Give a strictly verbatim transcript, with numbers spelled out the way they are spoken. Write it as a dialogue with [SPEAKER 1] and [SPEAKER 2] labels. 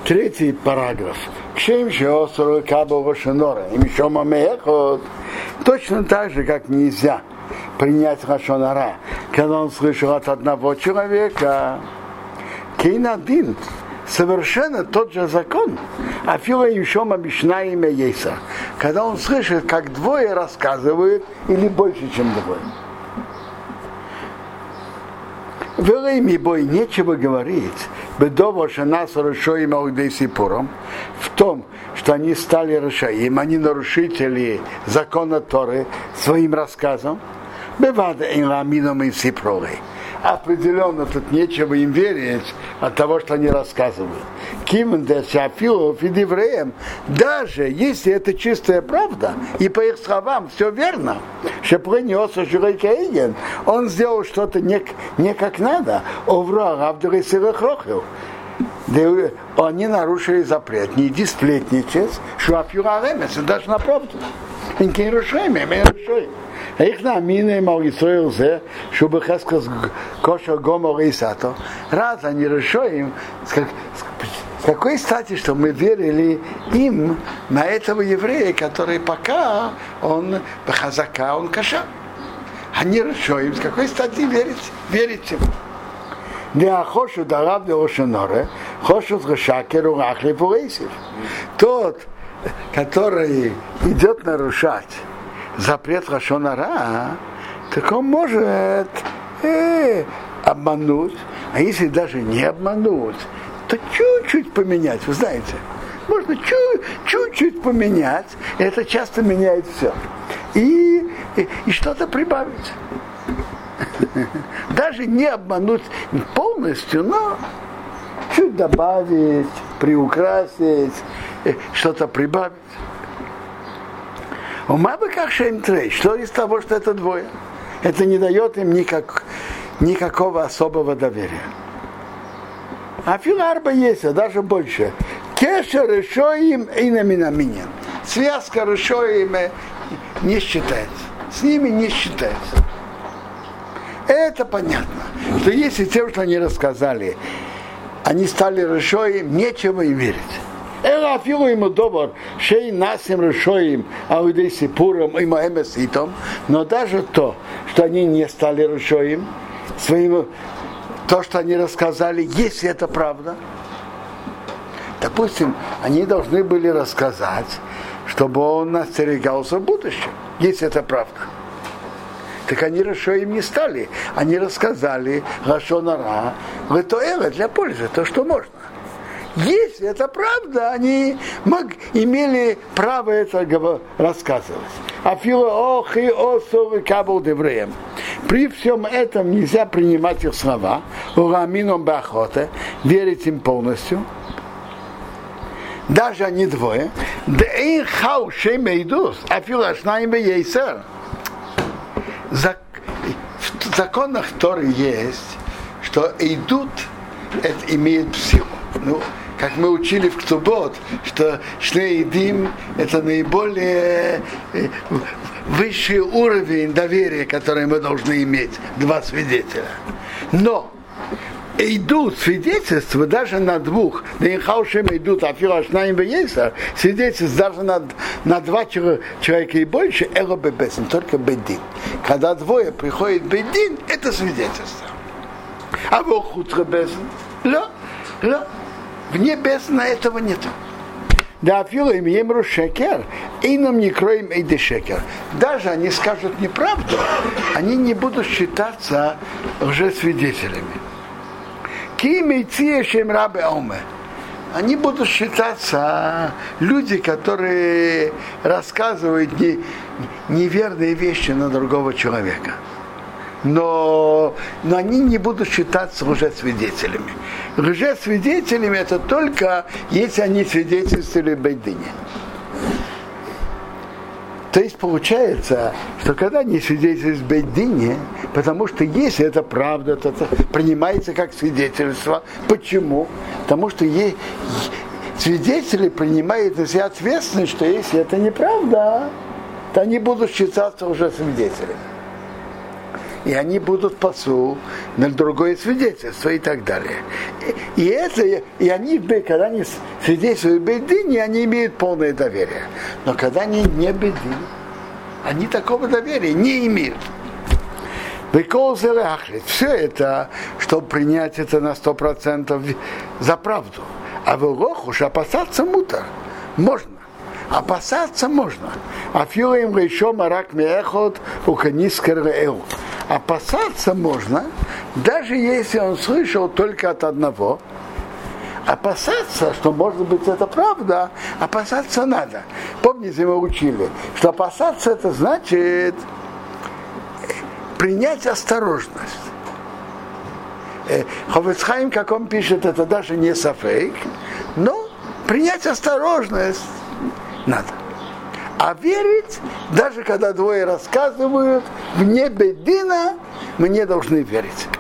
[SPEAKER 1] Третий параграф. Кшем шеосру кабу вашенора. Им еще мамехот. Точно так же, как нельзя принять лашон-ара, когда он слышал от одного человека. Кейнадин. Совершенно тот же закон. А фила еще мамишна имя Ейса. Когда он слышит, как двое рассказывают, или больше, чем двое. Велими бой нечего говорить. Бедово шанас решоим аудейсипуром. В том, что они стали решаим, они нарушители закона Торы своим рассказом. Бевада инламином и сипролей. Определенно тут нечего им верить от того, что они рассказывают. Даже если это чистая правда, и по их словам все верно, он сделал что-то не, не как надо, они нарушили запрет, не иди сплетничать, даже на правду. Их на мины малгистроил зе, чтобы хаскас коша гомор и сато. Раз они решили, с какой стати, что мы верили им на этого еврея, который пока он хазака, он каша. Они решили, с какой стати верить, верить им. Не охошу дараб де ошеноре, хошу с гашакеру ахли пурейсив. Тот, который идет нарушать запрет лашон-ара, так он может э, обмануть, а если даже не обмануть, то чуть-чуть поменять, вы знаете, можно чуть-чуть поменять, и это часто меняет все, и, и, и что-то прибавить. Даже не обмануть полностью, но чуть добавить, приукрасить, что-то прибавить. Ума бы как шейм трей. Что из того, что это двое? Это не дает им никак, никакого особого доверия. А филарба есть, а даже больше. Кеша решоим и наминаминен. Связка решоим не считается. С ними не считается. Это понятно. Что если тем, что они рассказали, они стали решоим, нечего им верить. Эла афилу ему добр, шей насим решоим, а уйдей сипуром и маэмеситом, но даже то, что они не стали решоим, своим, то, что они рассказали, если это правда, допустим, они должны были рассказать, чтобы он остерегался в будущем, если это правда. Так они решоим не стали, они рассказали лашон-ара, летоэла для пользы, то, что можно. Если это правда, они мог, имели право это рассказывать. А филоохи осовы кабл девреем. При всем этом нельзя принимать их слова, урамином бахоте, верить им полностью. Даже они двое. Да эй хау шемейдус, а филошнаим бейсер. В законах Торы есть, что идут, это имеет силу. Ну, как мы учили в Ктубот, что шлеидим это наиболее высший уровень доверия, который мы должны иметь, два свидетеля. Но идут свидетельства даже на двух, да и хаушем идут, а филашнаим бейсер, свидетельства даже на, на два человека и больше, эго бебесен, только бедин. Когда двое приходит бедин, это свидетельство. А в охутро бесен, да, да. Вне бездны этого нет. Да, фила им емру шекер, и нам не кроем эйди шекер. Даже они скажут неправду, они не будут считаться лжесвидетелями. Кимейция шем рабе оме. Они будут считаться люди, которые рассказывают не, неверные вещи на другого человека. Но, но они не будут считаться лжесвидетелями. Лжесвидетелями это только если они свидетельствовали в бейдине. То есть получается, что когда они свидетельствуют в бейдине, потому что если это правда, то это принимается как свидетельство. Почему? Потому что есть, свидетели принимают на себя ответственность, что если это неправда, то они будут считаться лжесвидетелями. и они будут пасу на другое свидетельство и так далее. И, и это, и они, когда они свидетельствуют бейдине, они имеют полное доверие. Но когда они не бейдин, они такого доверия не имеют. Все это, чтобы принять это на сто процентов за правду. А в уж опасаться мута можно. Опасаться можно. А филаем еще марак меехот у канискер. Опасаться можно, даже если он слышал только от одного. Опасаться, что может быть это правда, опасаться надо. Помните, мы учили, что опасаться это значит принять осторожность. Хафец Хаим, как он пишет, это даже не сафейк, но принять осторожность надо. А верить, даже когда двое рассказывают, вне бедина, мы не должны верить.